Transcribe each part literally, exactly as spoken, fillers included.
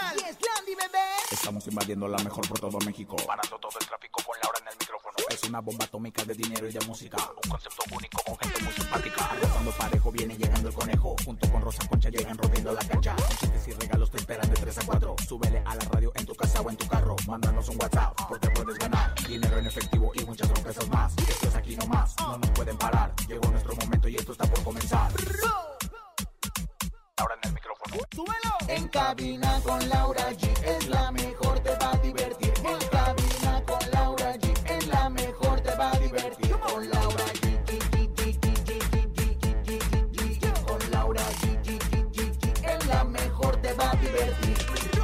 carnal. Y es Landy, bebé. Estamos invadiendo la mejor por todo México, parando todo el tráfico con Laura en el micrófono. Es una bomba atómica de dinero y de música, un concepto único con gente muy simpática. Rotando parejo viene llegando el conejo, junto con Rosa Concha llegan rompiendo la cancha. Con chistes y regalos te esperan de tres a cuatro. Súbele a la radio en tu casa o en tu carro, mándanos un WhatsApp porque puedes ganar dinero en efectivo y muchas sorpresas más. Esto es aquí nomás, no nos pueden parar. Llegó nuestro momento y esto está por comenzar. Ahora en el micrófono. ¡Súbelo! En cabina con Laura G es la mejor, te va a divertir. En cabina con Laura G es la mejor, te va a divertir. Con Laura G. Con Laura G. Es la mejor, te va a divertir.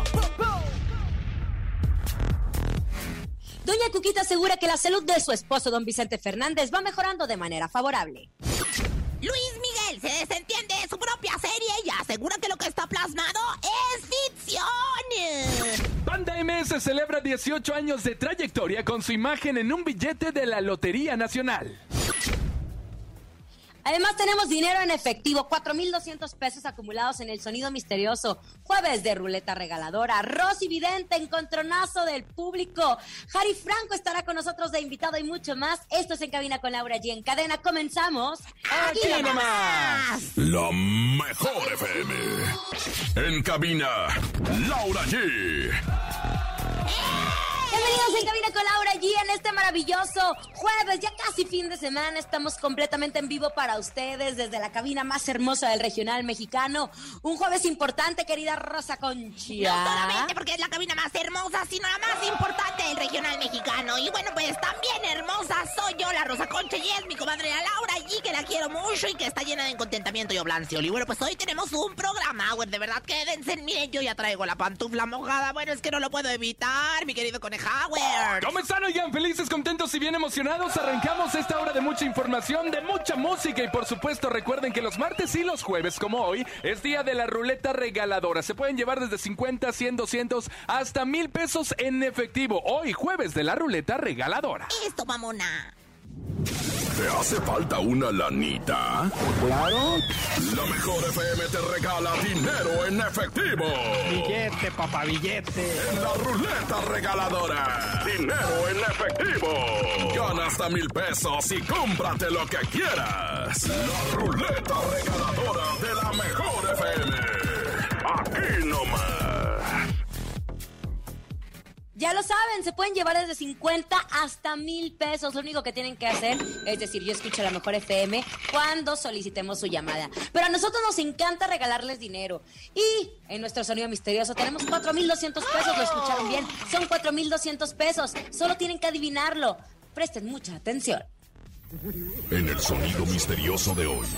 Doña Cuquita asegura que la salud de su esposo, don Vicente Fernández, va mejorando de manera favorable. Luis Miguel se desentiende de su propia serie y asegura que lo que está plasmado es ficción. Banda M S celebra dieciocho años de trayectoria con su imagen en un billete de la Lotería Nacional. Además tenemos dinero en efectivo, cuatro mil doscientos pesos acumulados en el sonido misterioso. Jueves de ruleta regaladora, Rosy Vidente, encontronazo del público. Jari Franco estará con nosotros de invitado y mucho más. Esto es En Cabina con Laura G. En cadena, comenzamos. ¡Aquí nomás! La mejor F M. En cabina, Laura G. Bienvenidos En Cabina con Laura G en este maravilloso jueves, ya casi fin de semana. Estamos completamente en vivo para ustedes desde la cabina más hermosa del regional mexicano. Un jueves importante, querida Rosa Concha. No solamente porque es la cabina más hermosa, sino la más importante del regional mexicano. Y bueno, pues también hermosa soy yo, la Rosa Concha, y es mi comadre la Laura G, que la quiero mucho y que está llena de contentamiento y oblanción. Y bueno, pues hoy tenemos un programa, güey, de verdad, quédense. Miren, yo ya traigo la pantufla mojada. Bueno, es que no lo puedo evitar, mi querido Coneja. ¿Cómo están, oigan? Felices, contentos y bien emocionados. Arrancamos esta hora de mucha información, de mucha música. Y por supuesto, recuerden que los martes y los jueves, como hoy, es día de la ruleta regaladora. Se pueden llevar desde cincuenta, cien, doscientos hasta mil pesos en efectivo. Hoy, jueves de la ruleta regaladora. Esto, mamona. ¿Te hace falta una lanita? Claro. La mejor F M te regala dinero en efectivo. Billete, papá, billete. En la ruleta regaladora. Dinero en efectivo. Gana hasta mil pesos y cómprate lo que quieras. La ruleta regaladora de la mejor F M. Aquí nomás. Ya lo saben, se pueden llevar desde cincuenta hasta mil pesos. Lo único que tienen que hacer es decir, yo escucho la mejor F M cuando solicitemos su llamada. Pero a nosotros nos encanta regalarles dinero. Y en nuestro sonido misterioso tenemos cuatro mil doscientos pesos. ¿Lo escucharon bien? Son cuatro mil doscientos pesos. Solo tienen que adivinarlo. Presten mucha atención. En el sonido misterioso de hoy.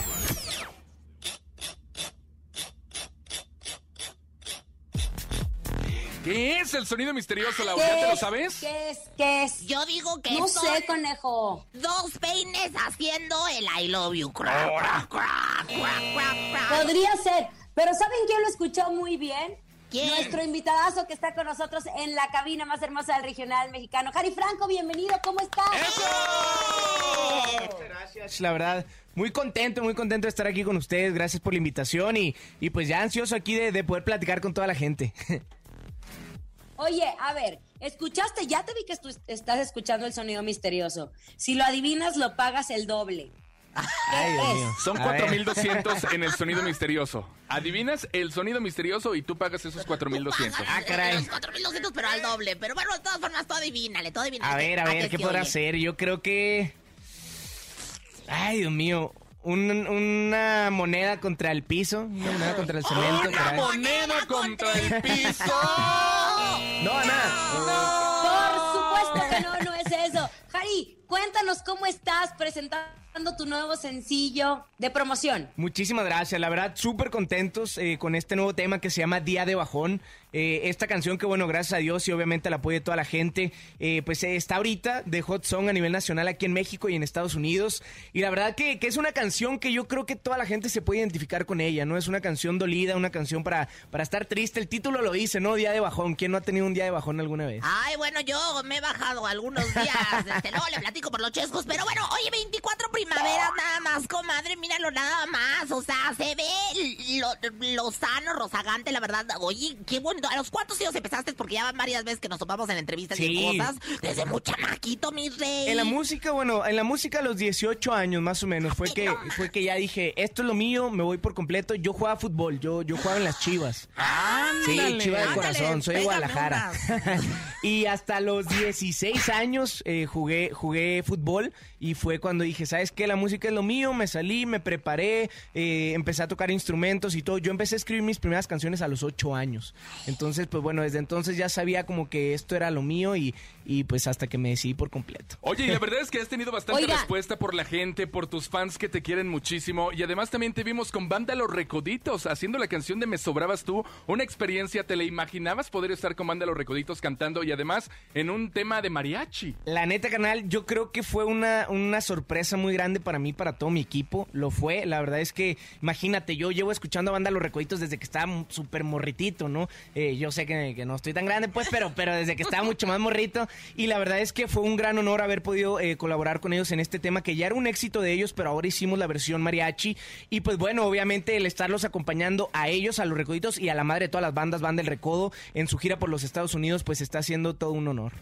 ¿Qué es el sonido misterioso, Laura? ¿Ya te lo sabes? ¿Qué es? ¿Qué es? Yo digo que No son sé, conejo. dos peines haciendo el I love you. Crack, crack, crack, crack, crack, crack. Podría ser. Pero ¿saben quién lo escuchó muy bien? ¿Quién? Nuestro invitadazo que está con nosotros en la cabina más hermosa del regional mexicano. Jari Franco, bienvenido. ¿Cómo estás? Muchas gracias, la verdad. Muy contento, muy contento de estar aquí con ustedes. Gracias por la invitación y, y pues ya ansioso aquí de, de poder platicar con toda la gente. Oye, a ver, escuchaste, ya te vi que tú estás escuchando el sonido misterioso. Si lo adivinas, lo pagas el doble. Ay, Dios mío. Son A cuatro ver. mil doscientos en el sonido misterioso. Adivinas el sonido misterioso y tú pagas esos cuatro mil doscientos. Pagas Ah, caray. Los cuatro mil doscientos, pero al doble. Pero bueno, de todas formas, tú adivínale, tú adivínale. A ver, a ver, ¿qué podrá ser? Yo creo que... Ay, Dios mío. Un- una moneda contra el piso. Una moneda contra el cemento. ¡Una caray. moneda contra el piso! No, nada. Por supuesto que no, no es eso. Jari, cuéntanos cómo estás presentando tu nuevo sencillo de promoción. Muchísimas gracias, la verdad, súper contentos eh, con este nuevo tema que se llama Día de Bajón. Eh, esta canción que, bueno, gracias a Dios y obviamente el apoyo de toda la gente, eh, pues eh, está ahorita de Hot Song a nivel nacional aquí en México y en Estados Unidos. Y la verdad que, que es una canción que yo creo que toda la gente se puede identificar con ella, ¿no? Es una canción dolida, una canción para, para estar triste. El título lo dice, ¿no? Día de Bajón. ¿Quién no ha tenido un día de bajón alguna vez? Ay, bueno, yo me he bajado algunos días. Este, luego le platico por los chescos, pero bueno, oye, veinticuatro primaveras nada más, comadre, míralo nada más. O sea, se ve lo, lo sano, rozagante, la verdad. Oye, qué bonito. ¿A los cuántos años empezaste? Porque ya van varias veces que nos topamos en entrevistas Sí. y cosas. Desde muy chamaquito, mi rey. En la música, bueno, en la música a los dieciocho años más o menos fue que fue que ya dije, esto es lo mío, me voy por completo. Yo jugaba fútbol, yo yo jugaba en las Chivas. Sí, Ándale, Chivas de ándale, corazón, soy de pégame Guadalajara. Y hasta los dieciséis años eh, jugué jugué fútbol y fue cuando dije, ¿sabes qué? La música es lo mío, me salí, me preparé, eh, empecé a tocar instrumentos y todo. Yo empecé a escribir mis primeras canciones a los ocho años. Entonces, pues bueno, desde entonces ya sabía como que esto era lo mío y, y pues hasta que me decidí por completo. Oye, y la verdad es que has tenido bastante Oiga. respuesta por la gente, por tus fans que te quieren muchísimo. Y además también te vimos con Banda Los Recoditos haciendo la canción de Me Sobrabas Tú. Una experiencia, ¿te la imaginabas poder estar con Banda Los Recoditos cantando y además en un tema de mariachi? La neta, canal, yo creo que fue una, una sorpresa muy grande para mí, para todo mi equipo. Lo fue, la verdad es que, imagínate, yo llevo escuchando a Banda Los Recoditos desde que estaba súper morritito, ¿no? Eh, yo sé que, que no estoy tan grande, pues, pero, pero desde que estaba mucho más morrito. Y la verdad es que fue un gran honor haber podido eh, colaborar con ellos en este tema, que ya era un éxito de ellos, pero ahora hicimos la versión mariachi. Y pues bueno, obviamente el estarlos acompañando a ellos, a Los Recoditos y a la madre de todas las bandas, Banda El Recodo, en su gira por los Estados Unidos, pues está haciendo todo un honor.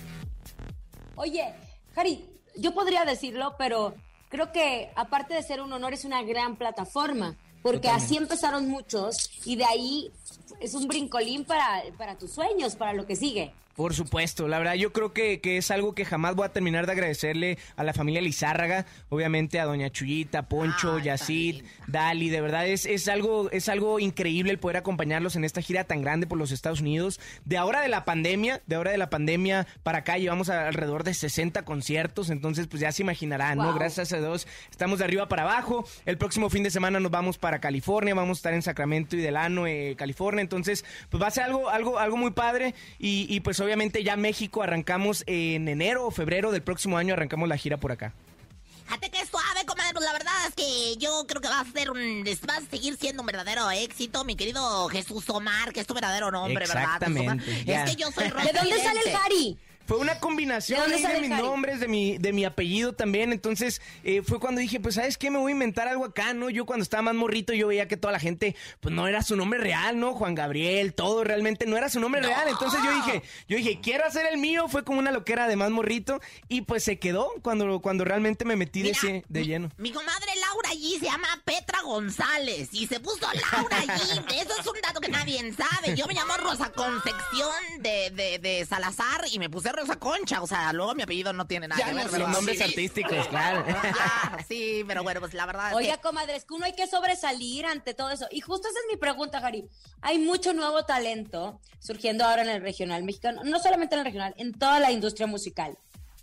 Oye, Jari, yo podría decirlo, pero creo que aparte de ser un honor es una gran plataforma, porque Totalmente. así empezaron muchos y de ahí es un brincolín para, para tus sueños, para lo que sigue. Por supuesto, la verdad yo creo que, que es algo que jamás voy a terminar de agradecerle a la familia Lizárraga, obviamente a doña Chuyita, Poncho, Ay, Yacid, tan linda. Dali, de verdad es, es algo es algo increíble el poder acompañarlos en esta gira tan grande por los Estados Unidos. De ahora de la pandemia, de ahora de la pandemia para acá llevamos a alrededor de sesenta conciertos, entonces pues ya se imaginarán, ¿no? Wow. Gracias a Dios estamos de arriba para abajo. El próximo fin de semana nos vamos para California, vamos a estar en Sacramento y Delano, eh, California, entonces pues va a ser algo algo algo muy padre y, y pues obviamente ya México arrancamos en enero o febrero del próximo año, arrancamos la gira por acá. Fíjate que suave, comadre, pues la verdad es que yo creo que va a ser un, va a seguir siendo un verdadero éxito, mi querido Jesús Omar, que es tu verdadero nombre, Exactamente, ¿verdad? Jesús Omar? ya. Es que yo soy ¿De dónde sale el Jari? Fue una combinación ¿De dónde ahí sale de el mis Jari? nombres, de mi, de mi apellido también. Entonces, eh, fue cuando dije, pues, ¿sabes qué? Me voy a inventar algo acá, ¿no? Yo cuando estaba más morrito, yo veía que toda la gente, pues, no era su nombre real, ¿no? Juan Gabriel, todo realmente no era su nombre real. Entonces yo dije, yo dije, quiero hacer el mío. Fue como una loquera de más morrito. Y pues se quedó cuando, cuando realmente me metí de, Mira, ese, de mi, lleno. Mi comadre Laura G se llama Petra González y se puso Laura G. Eso es un dato que nadie sabe. Yo me llamo Rosa Concepción de, de, de Salazar y me puse Rosa Concha. O sea, luego mi apellido no tiene nada Ya que ver. no, ¿verdad? los nombres Sí. artísticos, claro. Ah, sí, pero bueno, pues la verdad es Oiga, que... comadres, que uno hay que sobresalir ante todo eso. Y justo esa es mi pregunta, Jari. Hay mucho nuevo talento surgiendo ahora en el regional mexicano, no solamente en el regional, en toda la industria musical.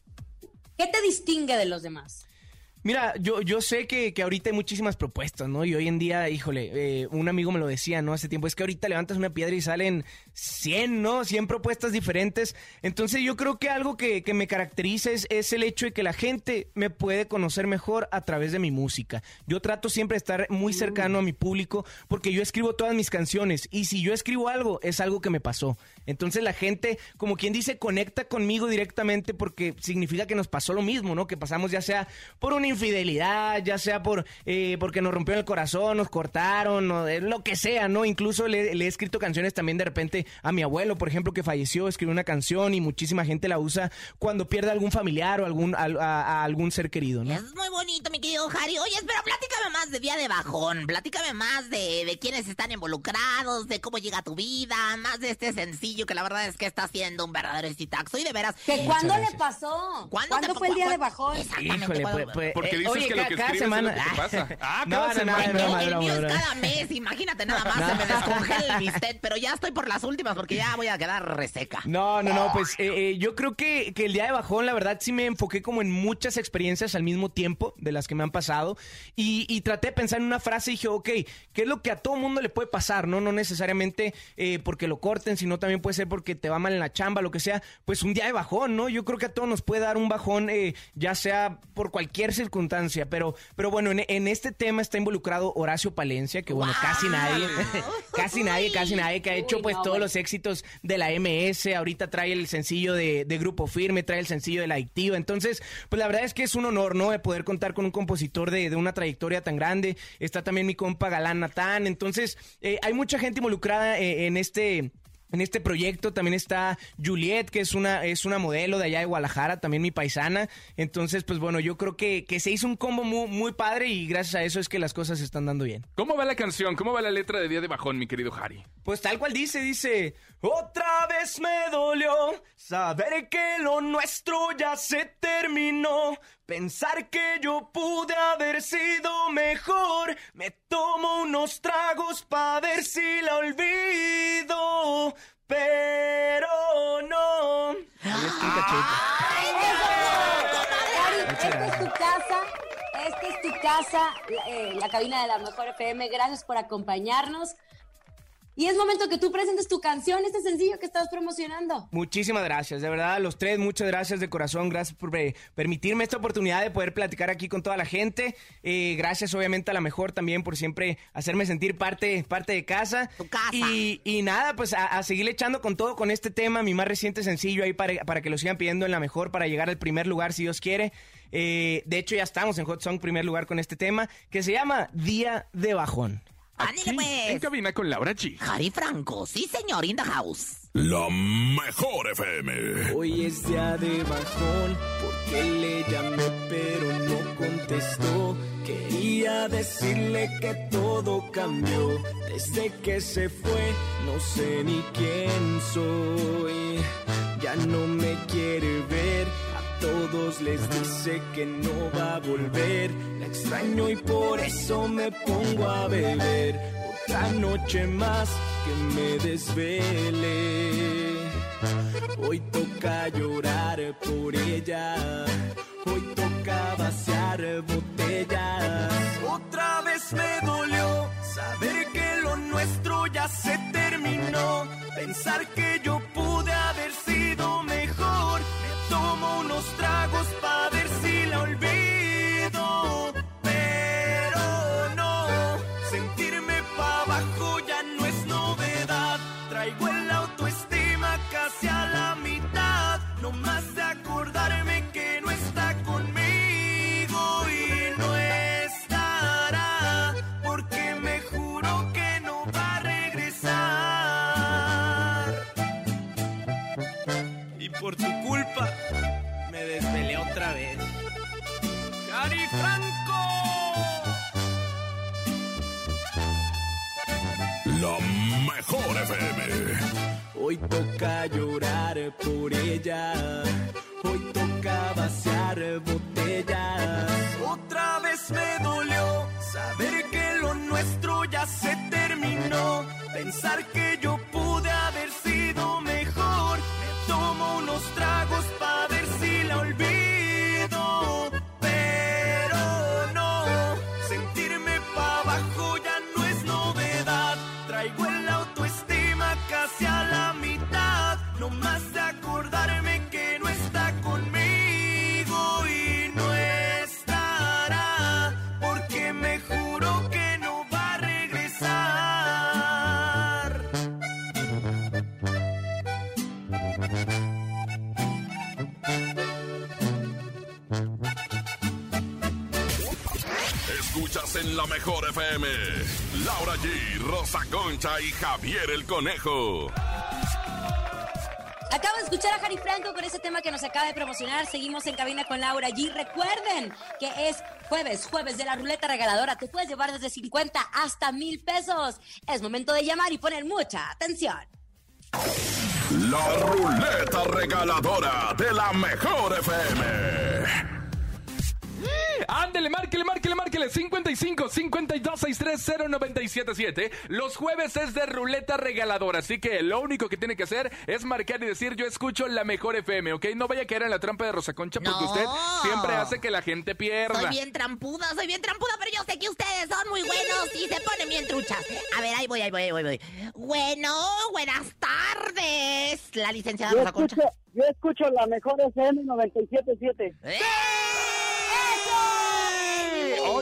¿Qué te distingue de los demás? Mira, yo, yo sé que, que ahorita hay muchísimas propuestas, ¿no? Y hoy en día, híjole, eh, un amigo me lo decía, ¿no? Hace tiempo, es que ahorita levantas una piedra y salen cien, ¿no? cien propuestas diferentes. Entonces yo creo que algo que, que me caracteriza es, es el hecho de que la gente me puede conocer mejor a través de mi música. Yo trato siempre de estar muy cercano a mi público porque yo escribo todas mis canciones y si yo escribo algo, es algo que me pasó. Entonces la gente, como quien dice, conecta conmigo directamente porque significa que nos pasó lo mismo, ¿no? Que pasamos ya sea por una infidelidad, ya sea por eh, porque nos rompieron el corazón, nos cortaron, o de lo que sea, ¿no? Incluso le, le he escrito canciones también de repente a mi abuelo, por ejemplo, que falleció, escribió una canción y muchísima gente la usa cuando pierde algún familiar o algún a, a- a algún ser querido, ¿no? Es muy bonito, mi querido Jari. Oye, pero platícame más de Día de Bajón. Platícame más de, de quiénes están involucrados, de cómo llega tu vida, más de este sencillo que la verdad es que está siendo un verdadero exitazo. Y de veras... ¿Que ¿Cuándo le gracias. pasó? ¿Cuándo ¿Cuándo te- fue el día cu- de bajón? Exactamente. Híjole, ¿cuándo- pues, pues, Porque eh, dices oye, que lo ca- que cada escribes es semana... lo que te pasa. Ah, No, cada no, no, semana. no, No, no, el no, mío no, es no. cada mes, imagínate nada más, se me descongela el bistec, pero ya estoy por las últimas porque ya voy a quedar reseca. No, no, no, pues eh, eh, yo creo que, que el día de bajón, la verdad, sí me enfoqué como en muchas experiencias al mismo tiempo de las que me han pasado y, y traté de pensar en una frase y dije, ok, ¿qué es lo que a todo mundo le puede pasar? No, no necesariamente eh, porque lo corten, sino también puede ser porque te va mal en la chamba, lo que sea, pues un día de bajón, ¿no? Yo creo que a todos nos puede dar un bajón, eh, ya sea por cualquier circunstancia circunstancia, pero, pero bueno, en, en este tema está involucrado Horacio Palencia, que bueno, wow. casi nadie, casi nadie, casi nadie, que ha hecho Uy, pues no, todos bueno. los éxitos de la eme ese, ahorita trae el sencillo de, de Grupo Firme, trae el sencillo de La Adictiva, entonces, pues la verdad es que es un honor, ¿no?, de poder contar con un compositor de, de una trayectoria tan grande. Está también mi compa Galán Natán, entonces eh, hay mucha gente involucrada eh, en este... En este proyecto también está Juliet, que es una, es una modelo de allá de Guadalajara, también mi paisana. Entonces, pues bueno, yo creo que, que se hizo un combo muy, muy padre y gracias a eso es que las cosas se están dando bien. ¿Cómo va la canción? ¿Cómo va la letra de Día de Bajón, mi querido Harry? Pues tal cual dice, dice... Otra vez me dolió saber que lo nuestro ya se terminó. Pensar que yo pude haber sido mejor. Me tomo unos tragos pa' ver si la olvido. Pero no. Ay, esta es tu casa. Esta es tu casa, eh, la cabina de la Mejor F M. Gracias por acompañarnos. Y es momento que tú presentes tu canción, este sencillo que estás promocionando. Muchísimas gracias, de verdad, a los tres, muchas gracias de corazón. Gracias por eh, permitirme esta oportunidad de poder platicar aquí con toda la gente. Eh, gracias, obviamente, a La Mejor también por siempre hacerme sentir parte, parte de casa. Tu casa. Y, y nada, pues a, a seguirle echando con todo con este tema, mi más reciente sencillo ahí para, para que lo sigan pidiendo en La Mejor, para llegar al primer lugar, si Dios quiere. Eh, de hecho, ya estamos en Hot Song primer lugar con este tema, que se llama Día de Bajón. ¡Ándale, pues! En cabina con Laura G. Harry Franco, sí señor, in the house. La Mejor F M. Hoy es día de bajón, porque le llamé pero no contestó. Quería decirle que todo cambió desde que se fue, no sé ni quién soy. Ya no me quiere ver, a todos les dice que no va a volver. La extraño y por eso me pongo a beber. Otra noche más que me desvele. Hoy toca llorar por ella. Hoy toca vaciar botellas. Otra vez me dolió saber que lo nuestro ya se terminó. Pensar que yo pude haber sido mejor. Me tomo unos tragos pa' ver si la olvido. Pero no, sentirme pa' abajo ya no es novedad. Traigo el autoestima casi a la mitad. No más de acordarme que no está conmigo y no estará, porque me juró que no va a regresar. Y por tu culpa me desvelé otra vez. ¡Harry Franco! La Mejor F M. Hoy toca llorar por ella. Hoy toca vaciar botellas. Otra vez me dolió saber que lo nuestro ya se terminó. Pensar que yo pude haber sido mejor. Me tomo unos tragos pa' ver si la olvido. Pero no, sentirme pa' abajo ya no es novedad. Traigo el autoestima casi a la mitad. No más de acordarme que no está conmigo y no estará, porque me juró que no va a regresar. Escuchas en La Mejor F M. Laura G, Rosa Concha y Javier el Conejo. Acabo de escuchar a Harry Franco con ese tema que nos acaba de promocionar. Seguimos en cabina con Laura G. Recuerden que es jueves, jueves de la ruleta regaladora. Te puedes llevar desde cincuenta hasta mil pesos. Es momento de llamar y poner mucha atención. La ruleta regaladora de La Mejor F M. Ándele, márquele, márquele, márquele. cincuenta y cinco, cincuenta y dos, sesenta y tres, cero noventa y siete siete. Los jueves es de ruleta regaladora, así que lo único que tiene que hacer es marcar y decir: yo escucho La Mejor F M, ¿ok? No vaya a caer en la trampa de Rosa Concha, porque No. usted siempre hace que la gente pierda. Soy bien trampuda, soy bien trampuda, pero yo sé que ustedes son muy buenos y se ponen bien truchas. A ver, ahí voy, ahí voy, ahí voy, ahí voy. Bueno, buenas tardes. La licenciada Yo Rosa Concha. escucho, yo escucho La Mejor F M noventa y siete punto siete. ¡Eh! ¡Eso!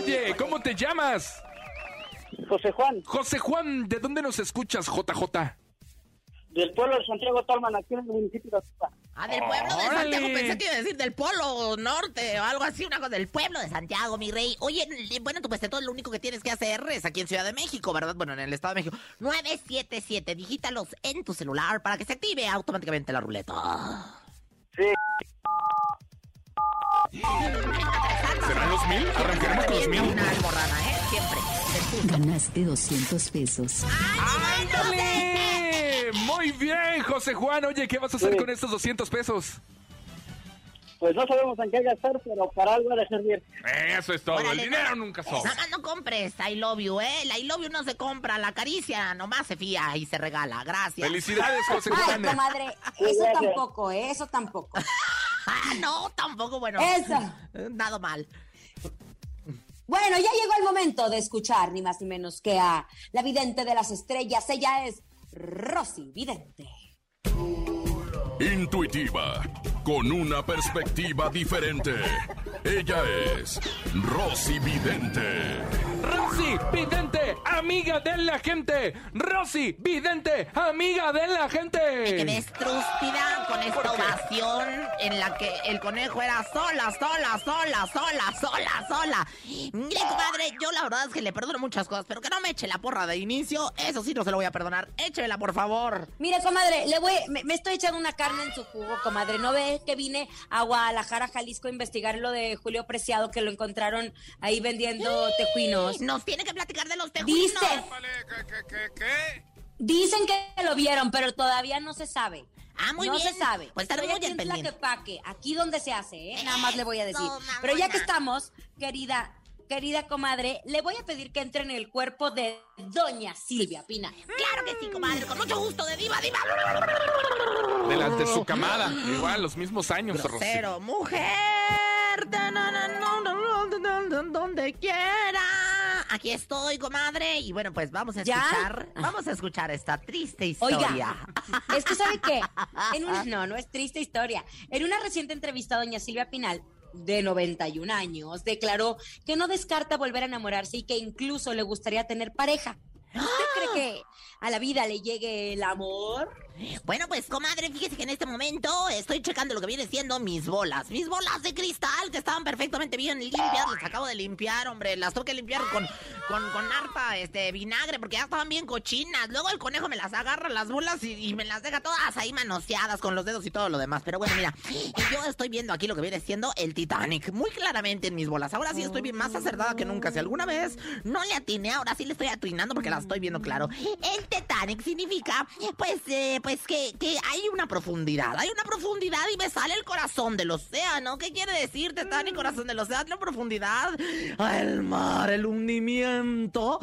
Oye, ¿cómo te llamas? José Juan. José Juan, ¿de dónde nos escuchas, J J? Del pueblo de Santiago Talman, aquí en el municipio de Azúcar. Ah, del pueblo de ¡Órale! Santiago, pensé que iba a decir del Polo Norte o algo así, una cosa del pueblo de Santiago, mi rey. Oye, bueno, tú pues todo lo único que tienes que hacer es aquí en Ciudad de México, ¿verdad? Bueno, en el Estado de México. nueve siete siete, digítalos en tu celular para que se active automáticamente la ruleta. Sí. ¿Serán los mil? Arrancaremos con los mil. Una almorrana, ¿eh? Siempre. Ganaste doscientos pesos. ¡Ándale! Muy bien, José Juan. Oye, ¿qué vas a hacer Sí. con estos doscientos pesos? Pues no sabemos en qué gastar, pero para algo ha de servir. Eso es todo. Órale, El dinero no. nunca sobra. Nada más no compres I love you, ¿eh? La I love you no se compra, la caricia nomás se fía y se regala. Gracias. Felicidades, José Ay, Juan. comadre, eso tampoco, ¿eh? Eso tampoco. Ah, no, tampoco, bueno. Eso. Nada mal. Bueno, ya llegó el momento de escuchar ni más ni menos que a la vidente de las estrellas. Ella es Rosy Vidente. Intuitiva, con una perspectiva diferente. Ella es Rosy Vidente. Rosy Vidente, amiga de la gente. Rosy Vidente, amiga de la gente. Me quedé estrúspida con esta ovación en la que el conejo era sola, sola, sola, sola, sola, sola. Mire, comadre, yo la verdad es que le perdono muchas cosas, pero que no me eche la porra de inicio, eso sí no se lo voy a perdonar. Échemela, por favor. Mire, comadre, le voy, me, me estoy echando una carne en su jugo, comadre. ¿No ve que vine a Guadalajara, Jalisco, a investigar lo de Julio Preciado, que lo encontraron ahí vendiendo tejuinos? Nos tiene que platicar de los tejuinos. Dice, dicen que lo vieron, pero todavía no se sabe. Ah, muy no bien. se sabe. Pues estaré Estoy muy aquí en al pendiente. Tlaquepaque, aquí donde se hace, ¿eh? Nada más le voy a decir. Eso, mamona. Pero ya que estamos, querida, querida comadre, le voy a pedir que entre en el cuerpo de doña Silvia Pinal. Claro que sí, comadre, con mucho gusto, de diva, diva. Delante de su camada. Igual, los mismos años, Rosy. Cero, mujer, donde quiera. Aquí estoy, comadre. Y bueno, pues vamos a ¿Ya? escuchar, vamos a escuchar esta triste historia. Oiga, es que ¿sabe qué? En una, no, no es triste historia. En una reciente entrevista, doña Silvia Pinal, de noventa y un años, declaró que no descarta volver a enamorarse y que incluso le gustaría tener pareja. ¿Usted cree que a la vida le llegue el amor? Bueno, pues, comadre, fíjese que en este momento estoy checando lo que viene siendo mis bolas. Mis bolas de cristal, que estaban perfectamente bien limpias. Las acabo de limpiar, hombre. Las tengo que limpiar con, con, con harta este, vinagre, porque ya estaban bien cochinas. Luego el conejo me las agarra las bolas y, y me las deja todas ahí manoseadas con los dedos y todo lo demás. Pero bueno, mira, yo estoy viendo aquí lo que viene siendo el Titanic, muy claramente en mis bolas. Ahora sí estoy bien más acertada que nunca. Si alguna vez no le atiné, ahora sí le estoy atinando porque las estoy viendo claro. El Titanic significa, pues, eh, pues que, que hay una profundidad. Hay una profundidad y me sale el corazón del océano. ¿Qué quiere decir Titanic, corazón del océano? La profundidad, el mar, el hundimiento.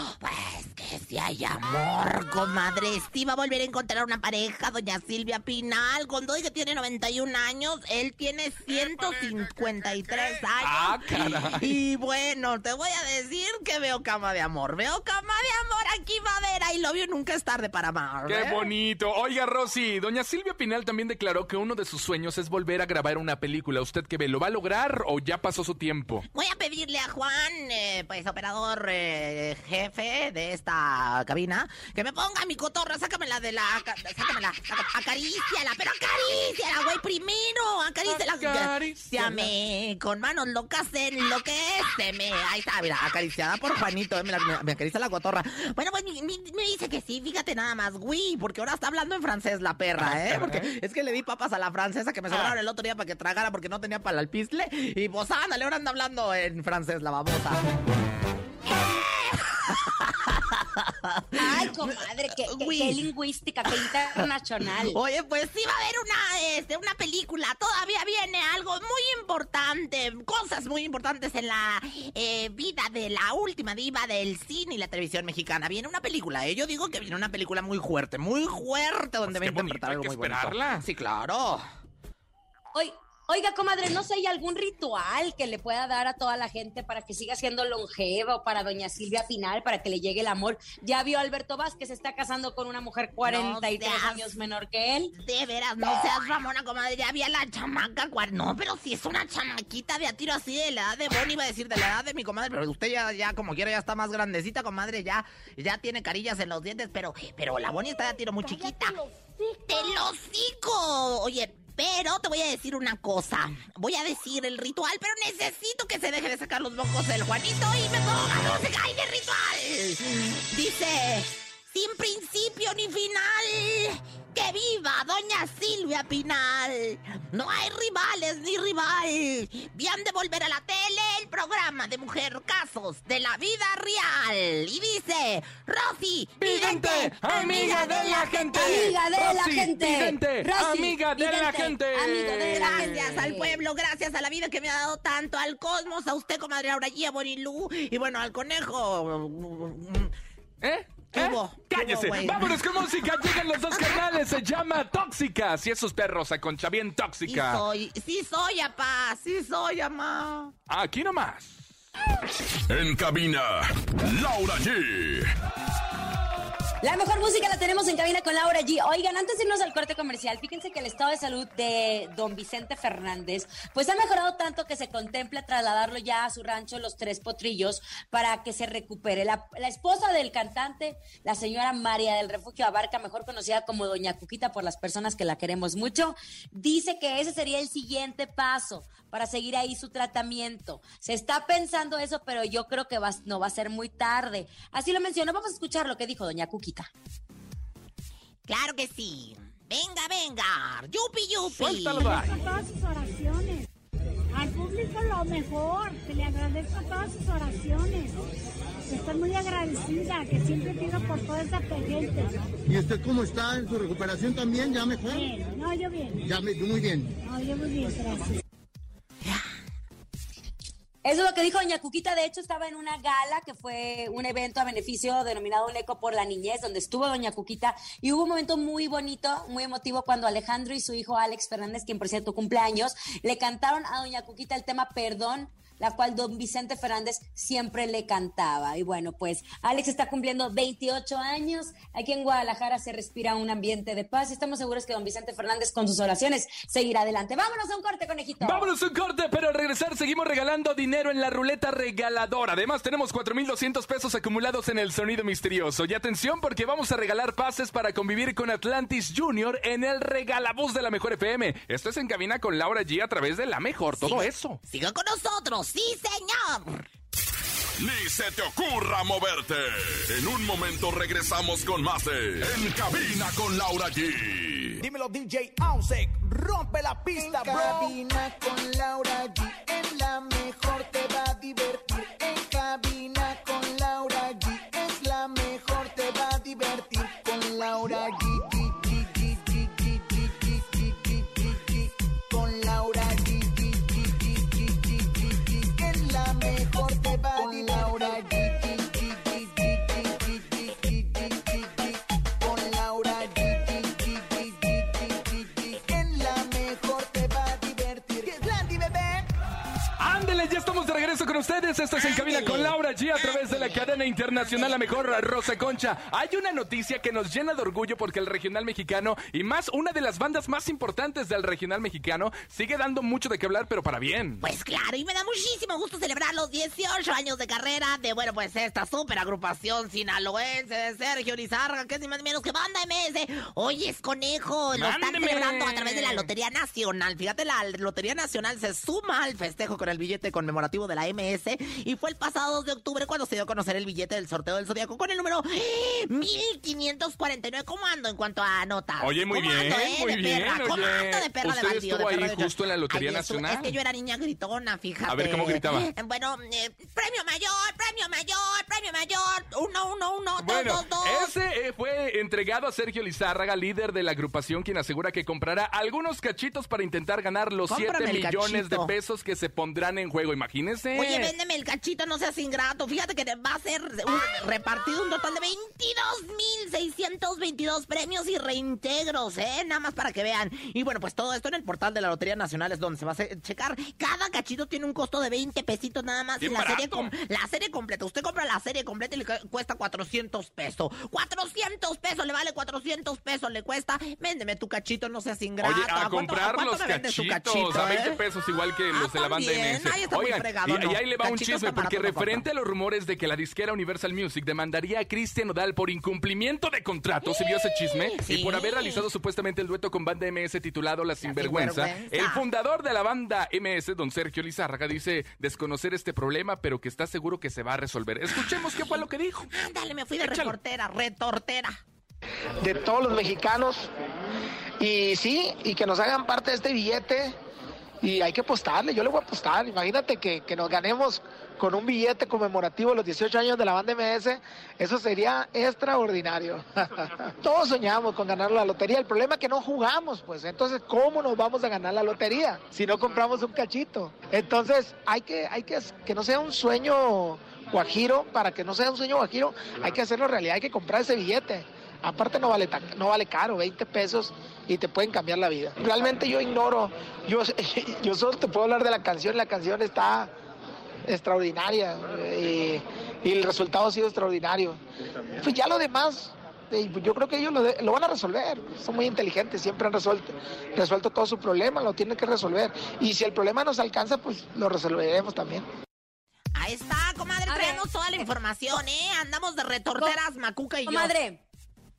Pues que si hay amor, comadre. Sí va a volver a encontrar una pareja, doña Silvia Pinal. Con todo y que tiene noventa y un años, él tiene ciento cincuenta y tres años. Ah, caray. Y bueno, te voy a decir que veo cama de amor. Veo cama de amor. Aquí va a haber I love you, nunca es tarde para amar. ¡Qué ¿eh? bonito! Oiga, Rosy, doña Silvia Pinal también declaró que uno de sus sueños es volver a grabar una película. ¿Usted qué ve? ¿Lo va a lograr o ya pasó su tiempo? Voy a pedirle a Juan, eh, pues operador eh, jefe de esta cabina, que me ponga mi cotorra, sácamela de la... ca- Sácamela, sácamela, acaríciala, pero acaríciala, güey, primero, acaríciala. Acaríciame, con manos locas enloquéceme. Ahí está, mira, acariciada por Juanito, eh, me, la- me- me acaricia la cotorra. Bueno, pues me, me- me dice que sí, fíjate nada más, güey, porque ahora está hablando en francés la perra, ¿eh? Porque es que le di papas a la francesa que me sobraron el otro día para que tragara porque no tenía para el pistle. Y pues ándale, ahora anda hablando en francés la babosa. Ay, comadre, qué, qué, Uy. qué lingüística, qué internacional. Oye, pues sí va a haber una, este, una película. Todavía viene algo muy importante. Cosas muy importantes en la eh, vida de la última diva del cine y la televisión mexicana. Viene una película, ¿eh? Yo digo que viene una película muy fuerte, muy fuerte, donde Pues va a qué interpretar bonito, algo hay muy que bonito. esperarla. Sí, claro. Oye, Oiga, comadre, no sé, ¿hay algún ritual que le pueda dar a toda la gente para que siga siendo longeva o para doña Silvia Pinal, para que le llegue el amor? Ya vio a Alberto Vázquez, se está casando con una mujer cuarenta y tres seas- años menor que él. De veras, no seas Ramona, comadre, ya había la chamaca, cuar- no, pero si es una chamaquita de a tiro así de la edad de Bonnie, iba a decir de la edad de mi comadre, pero usted ya, ya como quiera ya está más grandecita, comadre, ya, ya tiene carillas en los dientes, pero, pero la Bonnie está de a tiro muy chiquita. ¡Te lo hocico! Oye, pero te voy a decir una cosa, voy a decir el ritual, pero necesito que se deje de sacar los mocos del Juanito y me ponga música y el ritual. Dice, sin principio ni final, ¡que viva doña Silvia Pinal! No hay rivales ni rival. Bien de volver a la tele el programa de Mujer Casos de la vida real. Y dice, Rosy Vidente, amiga de la gente. Amiga de la Rosy gente. Vidente, Rosy amiga de la Vidente, gente. amigo de la gracias gente. al pueblo, gracias a la vida que me ha dado tanto, al cosmos, a usted, comadre Laura G, a Bonilú, y bueno, al conejo. ¿Eh? ¿Qué ¿Eh? hubo? ¿Qué ¡Cállese! hubo, güey? ¡Vámonos con música! Llegan los dos carnales, se llama Tóxicas. Y esos perros a concha bien Sí tóxica. soy, sí soy, apá, sí soy, amá. Aquí nomás. En cabina, Laura G. La mejor música la tenemos en cabina con Laura G. Oigan, antes de irnos al corte comercial, fíjense que el estado de salud de don Vicente Fernández pues ha mejorado tanto que se contempla trasladarlo ya a su rancho Los Tres Potrillos para que se recupere. La, la esposa del cantante, la señora María del Refugio Abarca, mejor conocida como Doña Cuquita por las personas que la queremos mucho, dice que ese sería el siguiente paso para seguir ahí su tratamiento. Se está pensando eso, pero yo creo que va, no va a ser muy tarde. Así lo mencionó. Vamos a escuchar lo que dijo Doña Cuquita. Claro que sí. Venga, venga. Yupi, yupi. Suéltalo, bye. Agradezco todas sus oraciones. Al público lo mejor, que le agradezco todas sus oraciones. Estoy muy agradecida, que siempre pido por toda esa gente. ¿Y usted cómo está en su recuperación también? ¿Ya mejor? Bien, no, yo bien. Ya me, muy bien. No, yo muy bien, gracias. Eso es lo que dijo Doña Cuquita. De hecho, estaba en una gala que fue un evento a beneficio denominado Un Eco por la Niñez, donde estuvo Doña Cuquita, y hubo un momento muy bonito, muy emotivo, cuando Alejandro y su hijo Alex Fernández, quien por cierto cumpleaños, le cantaron a Doña Cuquita el tema Perdón, la cual don Vicente Fernández siempre le cantaba. Y bueno, pues Alex está cumpliendo veintiocho años. Aquí en Guadalajara se respira un ambiente de paz y estamos seguros que don Vicente Fernández con sus oraciones seguirá adelante. Vámonos a un corte, conejito. Vámonos a un corte, pero al regresar seguimos regalando dinero en la ruleta regaladora. Además tenemos cuatro mil doscientos pesos acumulados en el sonido misterioso. Y atención porque vamos a regalar pases para convivir con Atlantis Junior en el Regalabús de la Mejor F M. Esto es En Cabina con Laura G a través de La Mejor. Todo Siga- eso. Siga con nosotros, sí, señor. Ni se te ocurra moverte. En un momento regresamos con más de En Cabina con Laura G. Dímelo, D J Ausek, rompe la pista, bro. En cabina con Laura G, en la mejor te va a divertir. En cabina con Laura G, es la mejor, te va a divertir. Con Laura G, G, G, G, G, G, G, G, G, G, G, G. Con Laura G, G, G, G, G, G, G, G. En la mejor te va a divertir. Con Laura G, G, G, G, G, G, G, G, G, G, G. Con Laura G, G, G, G, G, G, G, G. En la mejor te va a divertir. ¿Qué es Landy, bebé? Ándele, ya estamos de regreso con ustedes. Esto es En Cabina con Laura G a través de la cadena internacional La Mejor, Rosa Concha. Hay una noticia que nos llena de orgullo porque el regional mexicano, y más una de las bandas más importantes del regional mexicano, sigue dando mucho de qué hablar, pero para bien. Pues claro, y me da muchísimo gusto celebrar los dieciocho años de carrera de, bueno, pues esta super agrupación sinaloense de Sergio Lizárraga, que es ni más ni menos que Banda M S. Oye, es conejo, lo están ¡Mándeme! celebrando a través de la Lotería Nacional. Fíjate, la Lotería Nacional se suma al festejo con el billete conmemorativo de la M S, y fue el pasado dos de octubre cuando se dio a conocer el billete del sorteo del Zodiaco con el número mil quinientos cuarenta y nueve. ¿Cómo ando en cuanto a notas? Oye, muy ¿Cómo bien, ando, eh? muy de bien, perra. ¿Cómo oye. ando de perra de ¿Usted bandido? estuvo de perra ahí de- justo en la Lotería Ay, estuvo- Nacional? Es que yo era niña gritona, fíjate. A ver, ¿cómo gritaba? Bueno, eh, premio mayor, premio mayor, premio mayor, uno, uno, uno, dos, Bueno, dos, dos. ese eh, fue entregado a Sergio Lizárraga, líder de la agrupación, quien asegura que comprará algunos cachitos para intentar ganar los Cómprame siete el millones cachito. de pesos que se pondrán en juego. Imagínense, hacer? Oye, véndeme el cachito, no seas ingrato. Fíjate que va a ser un, repartido un total de veintidós mil seiscientos veintidós premios y reintegros, ¿eh? Nada más para que vean. Y bueno, pues todo esto en el portal de la Lotería Nacional es donde se va a checar. Cada cachito tiene un costo de veinte pesitos nada más. Y la serie, com la serie completa. Usted compra la serie completa y le cuesta cuatrocientos pesos. cuatrocientos pesos, le vale cuatrocientos pesos, le cuesta. Véndeme tu cachito, no seas ingrato. Oye, a comprar los cachitos, cachito, a veinte pesos igual que los ah, de la banda M S. Ahí está Oigan, muy fregado, y, ¿no? y ahí le va Cachitos un chisme, porque referente papá. a los rumores de que la disquera Universal Music demandaría a Cristian Nodal por incumplimiento de contrato, ¿se vio ese chisme? Sí. Y por haber realizado supuestamente el dueto con banda M S titulado La Sinvergüenza. La Sinvergüenza. El fundador de la banda M S, don Sergio Lizárraga, dice desconocer este problema, pero que está seguro que se va a resolver. Escuchemos qué fue lo que dijo. Ándale, me fui de Échalo. retortera, retortera. De todos los mexicanos. Y sí, y que nos hagan parte de este billete. Y hay que apostarle, yo le voy a apostar. Imagínate que, que nos ganemos con un billete conmemorativo de los dieciocho años de la banda M S. Eso sería extraordinario. Todos soñamos con ganar la lotería. El problema es que no jugamos, pues. Entonces, ¿cómo nos vamos a ganar la lotería si no compramos un cachito? Entonces, hay que, hay que, que no sea un sueño guajiro. Para que no sea un sueño guajiro, hay que hacerlo realidad, hay que comprar ese billete. Aparte no vale tan, no vale caro, veinte pesos y te pueden cambiar la vida. Realmente yo ignoro, yo, yo solo te puedo hablar de la canción, la canción está extraordinaria y, y el resultado ha sido extraordinario. Pues ya lo demás, yo creo que ellos lo, de, lo van a resolver, son muy inteligentes, siempre han resuelto, resuelto todo su problema, lo tienen que resolver. Y si el problema nos alcanza, pues lo resolveremos también. Ahí está, comadre, a traemos ver. toda la información, ¿eh? Andamos de retorteras, Macuca y comadre. yo. Comadre.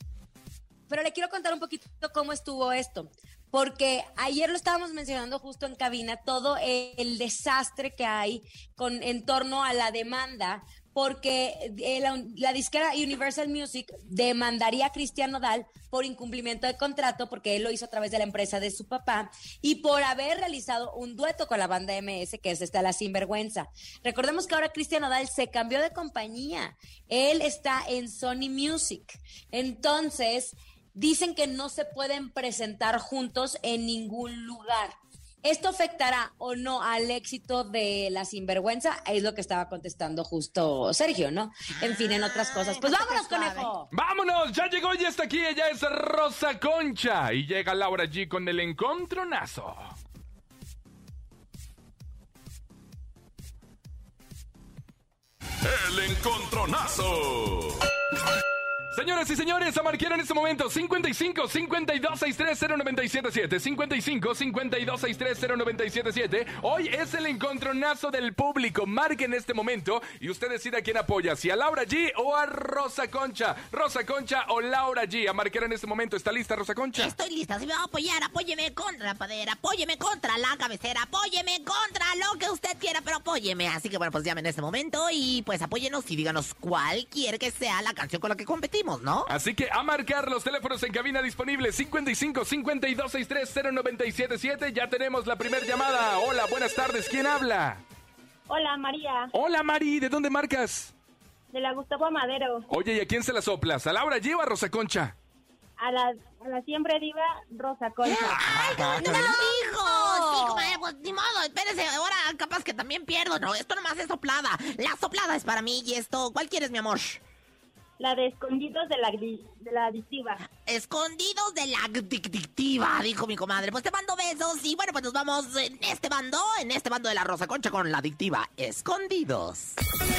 Pero le quiero contar un poquito cómo estuvo esto, porque ayer lo estábamos mencionando justo en cabina, todo el desastre que hay con, en torno a la demanda, porque la, la disquera Universal Music demandaría a Cristian Nodal por incumplimiento de contrato, porque él lo hizo a través de la empresa de su papá, y por haber realizado un dueto con la banda M S, que es esta La Sinvergüenza. Recordemos que ahora Cristian Nodal se cambió de compañía, él está en Sony Music, entonces dicen que no se pueden presentar juntos en ningún lugar. ¿Esto afectará o no al éxito de La Sinvergüenza? Es lo que estaba contestando justo Sergio, ¿no? En fin, en otras cosas. Pues vámonos, conejo. ¡Vámonos! Ya llegó y está aquí. Ella es Rosa Concha. Y llega Laura G con el encontronazo. El encontronazo. Señoras y señores, a marcar en este momento cincuenta y cinco, cincuenta y dos, sesenta y tres, cero noventa y siete siete, cincuenta y cinco, cincuenta y dos, sesenta y tres, cero noventa y siete siete. Hoy es el encontronazo del público. Marque en este momento y usted decide a quién apoya, si a Laura G o a Rosa Concha. Rosa Concha o Laura G. A marcar en este momento. ¿Está lista, Rosa Concha? Estoy lista. Si me va a apoyar, apóyeme contra la padera, apóyeme contra la cabecera, apóyeme contra lo que usted quiera, pero apóyeme. Así que bueno, pues llame en este momento y pues apóyenos y díganos cuál quiere que sea la canción con la que competimos, ¿no? Así que a marcar los teléfonos en cabina disponibles cincuenta y cinco, cincuenta y dos, sesenta y tres, cero noventa y siete siete. Ya tenemos la primera llamada. Hola, buenas tardes. ¿Quién habla? Hola, María. Hola, Mari. ¿De dónde marcas? De la Gustavo Madero. Oye, ¿y a quién se la soplas? ¿A Laura G o a Rosa Concha? A la, a la siempre diva Rosa Concha. ¡Ay, no, no, no, hijo! Sí, comadre, pues ni modo, espérese, ahora capaz que también pierdo. No, esto nomás es soplada. La soplada es para mí y esto, ¿cuál quieres, mi amor? La de Escondidos de la, de la Adictiva. Escondidos de la Adictiva, dijo mi comadre. Pues te mando besos y bueno, pues nos vamos en este bando, en este bando de la Rosa Concha con la Adictiva. Escondidos.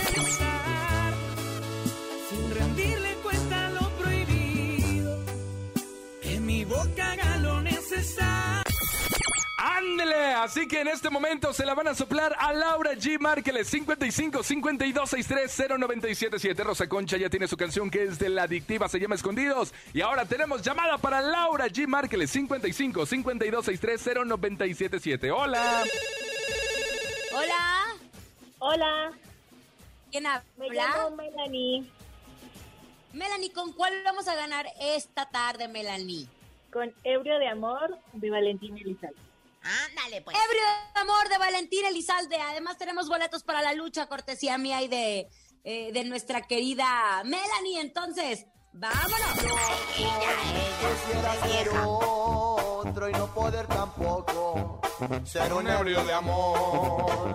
Sin rendirle cuesta lo prohibido, en mi boca haga lo necesario. ¡Ándele! Así que en este momento se la van a soplar a Laura G. Márqueles cincuenta y cinco, cincuenta y dos, sesenta y tres, cero noventa y siete siete. Rosa Concha ya tiene su canción que es de la Adictiva, se llama Escondidos. Y ahora tenemos llamada para Laura G. Márqueles cincuenta y cinco, cincuenta y dos, sesenta y tres, cero noventa y siete siete. ¡Hola! Hola. Hola. ¿Quién habla? Me llamo Melanie. Melanie, ¿con cuál vamos a ganar esta tarde, Melanie? Con Ebrio de Amor de Valentín Elizalde. Ándale, pues. Ebrio de Amor de Valentín Elizalde. Además tenemos boletos para la lucha, cortesía mía y de, eh, de nuestra querida Melanie. Entonces, vámonos. Quisiera ser adentro y no poder tampoco ser un ebrio de amor.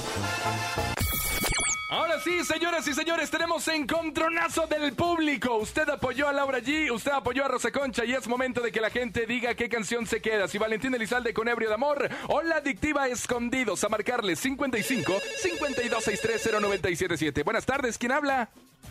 Ahora sí, señoras y señores, tenemos encontronazo del público. Usted apoyó a Laura G, usted apoyó a Rosa Concha y es momento de que la gente diga qué canción se queda. Si Valentín Elizalde con Ebrio de Amor o La Adictiva Escondidos. A marcarle cincuenta y cinco, cincuenta y dos, sesenta y tres, cero nueve siete siete. Buenas tardes, ¿quién habla?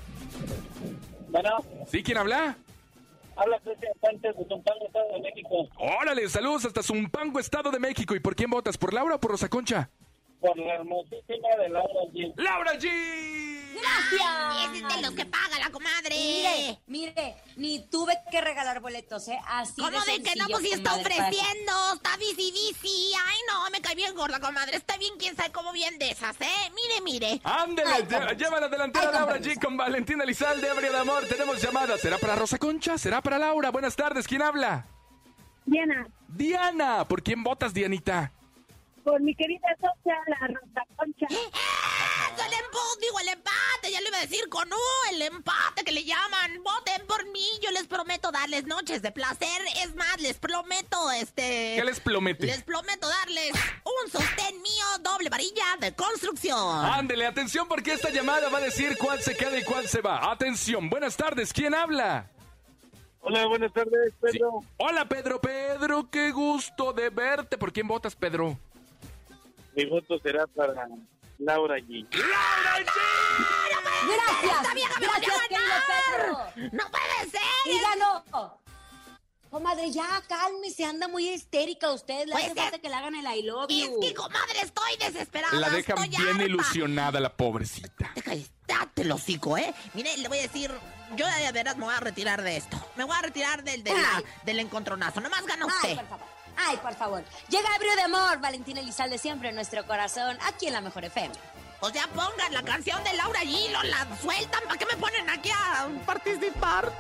Bueno. ¿Sí, quién habla? Habla Cristian Sánchez de Zumpango, Estado de México. Órale, saludos hasta Zumpango, Estado de México. ¿Y por quién votas? ¿Por Laura o por Rosa Concha? Por la hermosísima de Laura G. ¡Laura G! ¡Gracias! Es de los que paga la comadre. Mire, mire, ni tuve que regalar boletos, ¿eh? Así ¿Cómo de, de que no? Pues si está ofreciendo, está bici bici. Ay, no, me cae bien gorda, comadre. Está bien, quién sabe cómo bien de esas, ¿eh? Mire, mire. Ándele, lleva la delantera Ay, Laura G con Valentín Elizalde, Ebrio de Amor. Tenemos llamada. ¿Será para Rosa Concha? ¿Será para Laura? Buenas tardes, ¿quién habla? Diana. Diana, ¿por quién votas, Dianita? Por mi querida socia, la Rosa Concha. ¡Eh! El empate, digo, el empate, ya lo iba a decir con U, el empate que le llaman. Voten por mí, yo les prometo darles noches de placer. Es más, les prometo, este... ¿Qué les promete? Les prometo darles un sostén mío, doble varilla de construcción. Ándele, atención porque esta llamada va a decir cuál se queda y cuál se va. Atención, buenas tardes, ¿quién habla? Hola, buenas tardes, Pedro. Sí. Hola, Pedro, Pedro, qué gusto de verte. ¿Por quién votas, Pedro? Mi voto será para Laura G. ¡Laura G! ¡Gracias! ¡Esta vieja me va a ¡Gracias, querido Pedro! ¡No puede ser! ¡Y ganó! Comadre, ya cálmese, anda muy histérica usted. Le hace falta que le hagan el I love you. Es que, comadre, estoy desesperada. La dejan estoy bien harta. ilusionada, la pobrecita. Date el hocico, ¿eh? Mire, le voy a decir, yo de veras me voy a retirar de esto. Me voy a retirar del, del, del encontronazo. Nomás gana usted. Ay, por favor. Ay, por favor. Llega Ebrio de Amor, Valentín Elizalde siempre en nuestro corazón, aquí en La Mejor F M. O sea, pongan la canción de Laura G, lo la sueltan, ¿para qué me ponen aquí a participar?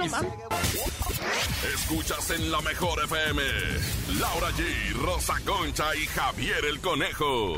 Escuchas en La Mejor F M, Laura G, Rosa Concha y Javier el Conejo.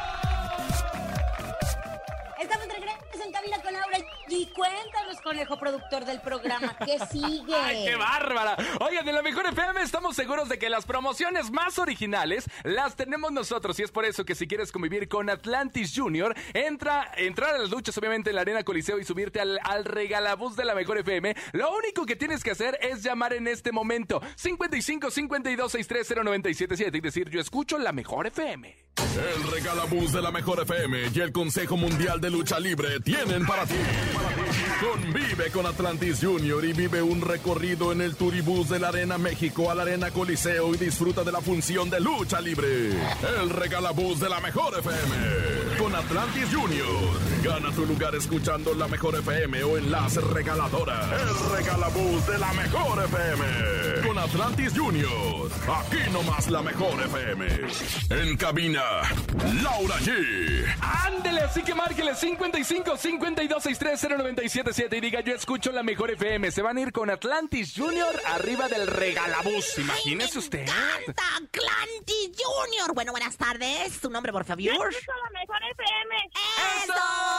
Estamos de regreso en cabina con Laura G. Cuéntanos, Conejo, productor del programa, ¿qué sigue? ¡Ay, qué bárbara! Oigan, en La Mejor F M estamos seguros de que las promociones más originales las tenemos nosotros. Y es por eso que si quieres convivir con Atlantis Junior, entra, entrar a las luchas, obviamente, en la Arena Coliseo y subirte al, al regalabús de La Mejor F M. Lo único que tienes que hacer es llamar en este momento. cincuenta y cinco, cincuenta y dos, sesenta y tres, cero nueve siete siete y decir, yo escucho La Mejor F M. El regalabús de La Mejor F M y el Consejo Mundial de Lucha Libre tienen para ti. Convive con Atlantis Junior y vive un recorrido en el Turibús de la Arena México a la Arena Coliseo y disfruta de la función de lucha libre. El regalabús de La Mejor F M con Atlantis Junior. Gana tu lugar escuchando La Mejor F M o Enlace Regaladora. El regalabús de La Mejor F M con Atlantis Junior. Aquí nomás La Mejor F M. En cabina, Laura G. Ándele, así que márquele cincuenta y cinco, cincuenta y dos, sesenta y tres, cero nueve siete siete y diga, yo escucho La Mejor F M. Se van a ir con Atlantis Junior arriba del regalabús. Imagínese Ay, usted. Me encanta Atlantis Junior. Bueno, buenas tardes. ¿Su nombre, por favor? Yo escucho La Mejor F M. ¡Eso!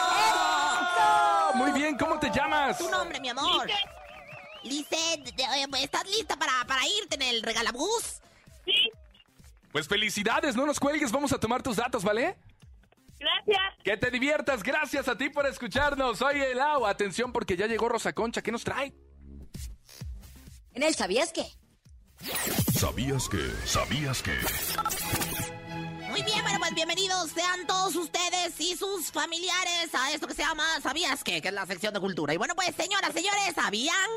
¡Eso! Muy bien, ¿cómo te llamas? Tu nombre, mi amor. Lisette, ¿estás lista para, para irte en el regalabús? Sí. Pues felicidades, no nos cuelgues, vamos a tomar tus datos, ¿vale? Gracias. Que te diviertas, gracias a ti por escucharnos. Oye, Lau, atención porque ya llegó Rosa Concha, ¿qué nos trae? En el ¿Sabías qué? ¿Sabías que? ¿Sabías que? Muy bien, bueno, pues bienvenidos sean todos ustedes y sus familiares a esto que se llama ¿Sabías qué? Que es la sección de cultura. Y bueno, pues, señoras, señores, ¿sabían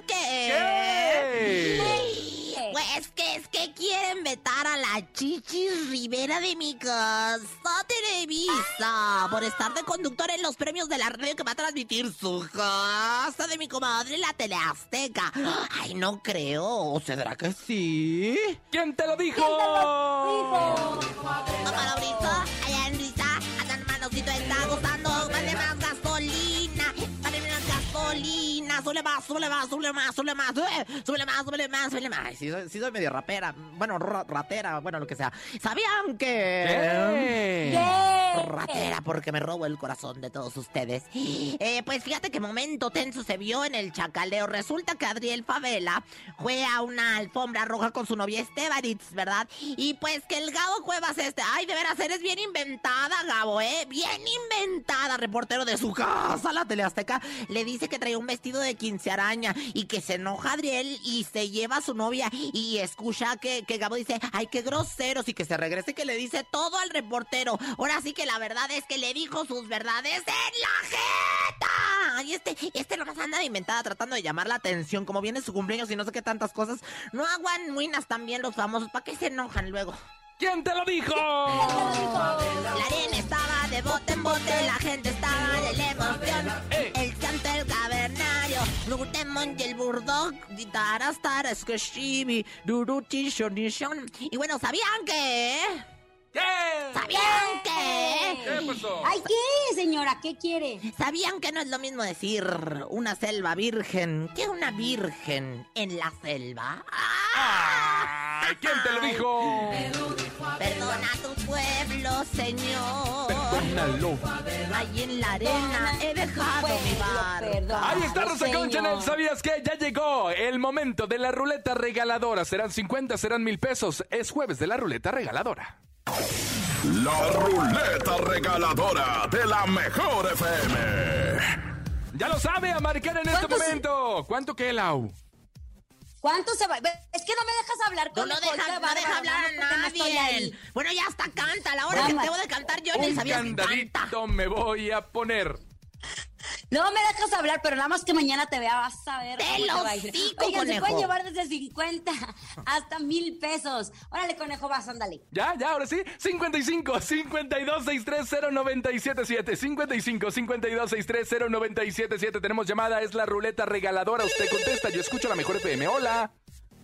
que? ¿Qué? Pues que es que quieren vetar a la Chichis Rivera de mi casa Televisa por estar de conductor en los premios de la radio que va a transmitir su casa de mi comadre, la Tele Azteca. Ay, no creo. ¿O será que sí? ¿Quién te lo dijo? ¿Quién te lo dijo? Mamá Laurita, allá en Risa, acá en Manocito está gustando. Vale más gasolina, vale más gasolina. Sube más más, súbele más, súbele más, súbele más, súbele, súbele más, súbele más, súbele más. Ay, sí, soy, sí soy medio rapera, bueno, ra- ratera, bueno, lo que sea. ¿Sabían que...? ¿Qué? ¿Qué? Ratera, porque me robo el corazón de todos ustedes. Eh, pues fíjate que momento tenso se vio en el chacaleo. Resulta que Adriel Favela fue a una alfombra roja con su novia Estebanitz, ¿verdad? Y pues que el Gabo Cuevas este... Ay, de veras, eres bien inventada, Gabo, ¿eh? Bien inventada, reportero de su casa, la Tele Azteca. Le dice que traía un vestido de quince araña y que se enoja Adriel y se lleva a su novia y escucha que, que Gabo dice, ay, qué groseros, y que se regrese, que le dice todo al reportero. Ahora sí que la verdad es que le dijo sus verdades en la jeta. Ay, este, este nomás anda de inventada tratando de llamar la atención, como viene su cumpleaños y no sé qué tantas cosas. No aguan muinas también los famosos, ¿para qué se enojan luego? ¿Quién te lo dijo? La arena estaba de bote en bote, la gente estaba de la emoción. ¡Ey! El santo, el cavernario, Lutemon y el Bulldog, Tarastar, Skashibi, Duruti, Shonishon. Y bueno, ¿sabían que? ¿Qué? ¿Sabían que? ¿Qué pasó? Ay, ¿qué, señora? ¿Qué quiere? ¿Sabían que no es lo mismo decir una selva virgen que una virgen en la selva? Ay, ¿quién te lo dijo? Perdona a tu pueblo, Señor. Perdónalo. Ahí en la arena he dejado mi barco. Ahí está Rosa Concha en el ¿Sabías qué? Ya llegó el momento de la ruleta regaladora. Serán cincuenta, serán mil pesos. Es jueves de la ruleta regaladora. La ruleta regaladora de la mejor F M. Ya lo sabe, a marcar en este momento. ¿Cuánto qué, Lau? ¿Cuánto se va? Es que no me dejas hablar No con lo Nicole, deja, qué no bárbara, deja hablar porque no a estoy nadie. ahí. Bueno, ya hasta canta. A la hora que Vamos. debo de cantar yo ni Un sabía si canta. candadito me voy a poner. No me dejas hablar, pero nada más que mañana te vea, vas a ver. ¡Te cómo lo te va a ir. hocico, Oigan, se conejo! pueden llevar desde cincuenta hasta mil pesos. Órale, conejo, vas, ándale. Ya, ya, ahora sí. cincuenta y cinco, cincuenta y dos, sesenta y tres, cero noventa y siete siete. cincuenta y cinco, cincuenta y dos, sesenta y tres, cero noventa y siete siete. Tenemos llamada, es la ruleta regaladora. Usted contesta, yo escucho la mejor F M. Hola.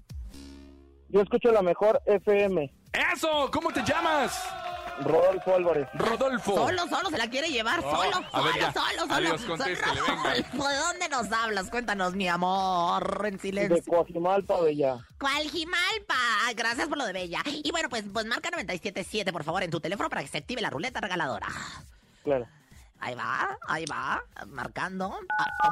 Yo escucho la mejor F M. ¡Eso! ¿Cómo te llamas? Rodolfo Álvarez. Rodolfo. Solo, solo, se la quiere llevar, Oh, solo, a ver, solo, ya. solo, solo. Adiós, contéstele, venga. Rodolfo, ¿de dónde nos hablas? Cuéntanos, mi amor, en silencio. De Coajimalpa, Bella. Coajimalpa. Ay, gracias por lo de Bella. Y bueno, pues, pues marca noventa y siete siete, por favor, en tu teléfono para que se active la ruleta regaladora. Claro. Ahí va, ahí va, marcando. Ah, ah.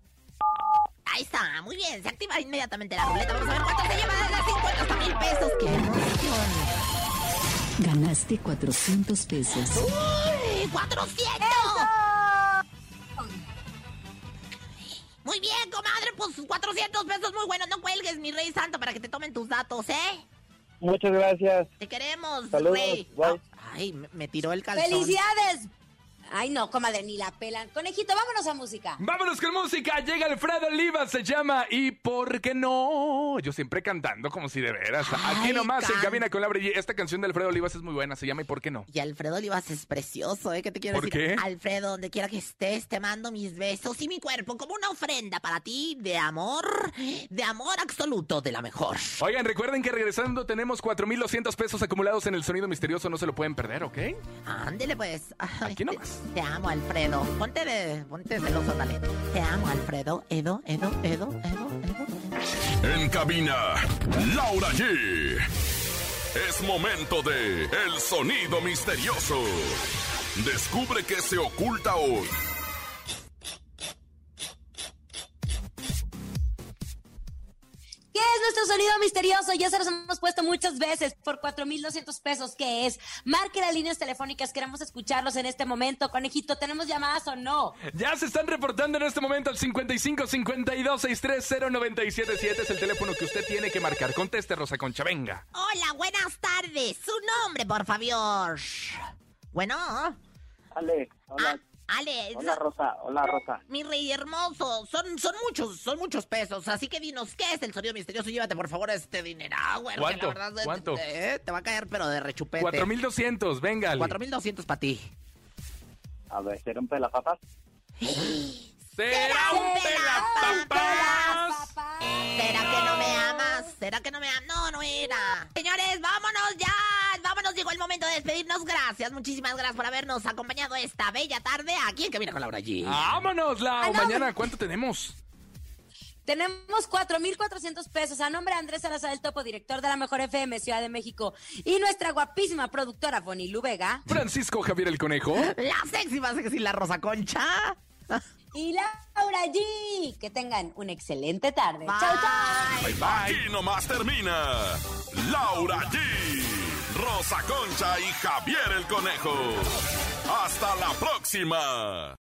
Ahí está, muy bien, se activa inmediatamente la ruleta. Vamos a ver cuánto se lleva desde cincuenta hasta mil pesos. ¡Qué emoción! Ganaste cuatrocientos pesos. ¡Uy! ¡cuatrocientos! Muy bien, comadre, pues cuatrocientos pesos, muy bueno. No cuelgues, mi rey santo, para que te tomen tus datos, ¿eh? Muchas gracias. Te queremos, Saludos, rey. bye. Ay, me, me tiró el calzón. ¡Felicidades! Ay, no, comadre, ni la pelan. Conejito, vámonos a música. Vámonos con música. Llega Alfredo Olivas, se llama ¿Y por qué no? Yo siempre cantando como si de veras. Ay, Aquí nomás can- en Cabina con Laura G. Esta canción de Alfredo Olivas es muy buena, se llama ¿Y por qué no? Y Alfredo Olivas es precioso, ¿eh? ¿Qué te quiero ¿Por decir? qué? Alfredo, donde quiera que estés, te mando mis besos y mi cuerpo como una ofrenda para ti de amor, de amor absoluto, de la mejor. Oigan, recuerden que regresando tenemos cuatro mil doscientos pesos acumulados en el sonido misterioso. No se lo pueden perder, ¿ok? Ándele, pues. Ay, Aquí nomás. Te, te amo, Alfredo. Ponte de, ponte celoso, dale. Te amo, Alfredo. Edo, Edo, Edo, Edo, Edo. En cabina, Laura G. Es momento de El Sonido Misterioso. Descubre qué se oculta hoy. ¿Qué es nuestro sonido misterioso? Ya se los hemos puesto muchas veces por cuatro mil doscientos pesos. ¿Qué es? Marque las líneas telefónicas. Queremos escucharlos en este momento. Conejito, ¿tenemos llamadas o no? Ya se están reportando en este momento al cincuenta y cinco, cincuenta y dos, sesenta y tres, cero noventa y siete siete. Es el teléfono que usted tiene que marcar. Conteste, Rosa Concha, venga. Hola, buenas tardes. Su nombre, por favor. Bueno. Ale, hola. Ah, Ale. Hola, Rosa. Hola, Rosa. Mi rey hermoso, son, son muchos, son muchos pesos, así que dinos, ¿qué es el sonido misterioso? Llévate, por favor, este dinero, güey. ¿Cuánto? Que la verdad, ¿Cuánto? Te, te va a caer, pero de rechupete. cuatro mil doscientos, venga. Ale. cuatro mil doscientos para ti. A ver, ¿será un pelapapas? ¿Será un pelapapas? ¿Será que no me amas? ¿Será que no me amas? No, no era. Señores, vámonos ya. Vámonos, llegó el momento de despedirnos. Gracias, muchísimas gracias por habernos acompañado esta bella tarde aquí en Cabina con Laura G. ¡Vámonos, Lau! Ah, no. Mañana, ¿cuánto tenemos? tenemos cuatro mil cuatrocientos pesos a nombre de Andrés Salazar, el Topo, director de la Mejor F M Ciudad de México, y nuestra guapísima productora Fonilu Vega. Francisco Javier el Conejo. La sexy más sexy, la Rosa Concha. Y Laura G. Que tengan una excelente tarde. Bye. Chau, chau. Bye, bye. Aquí nomás termina Laura G, Rosa Concha y Javier el Conejo. Hasta la próxima.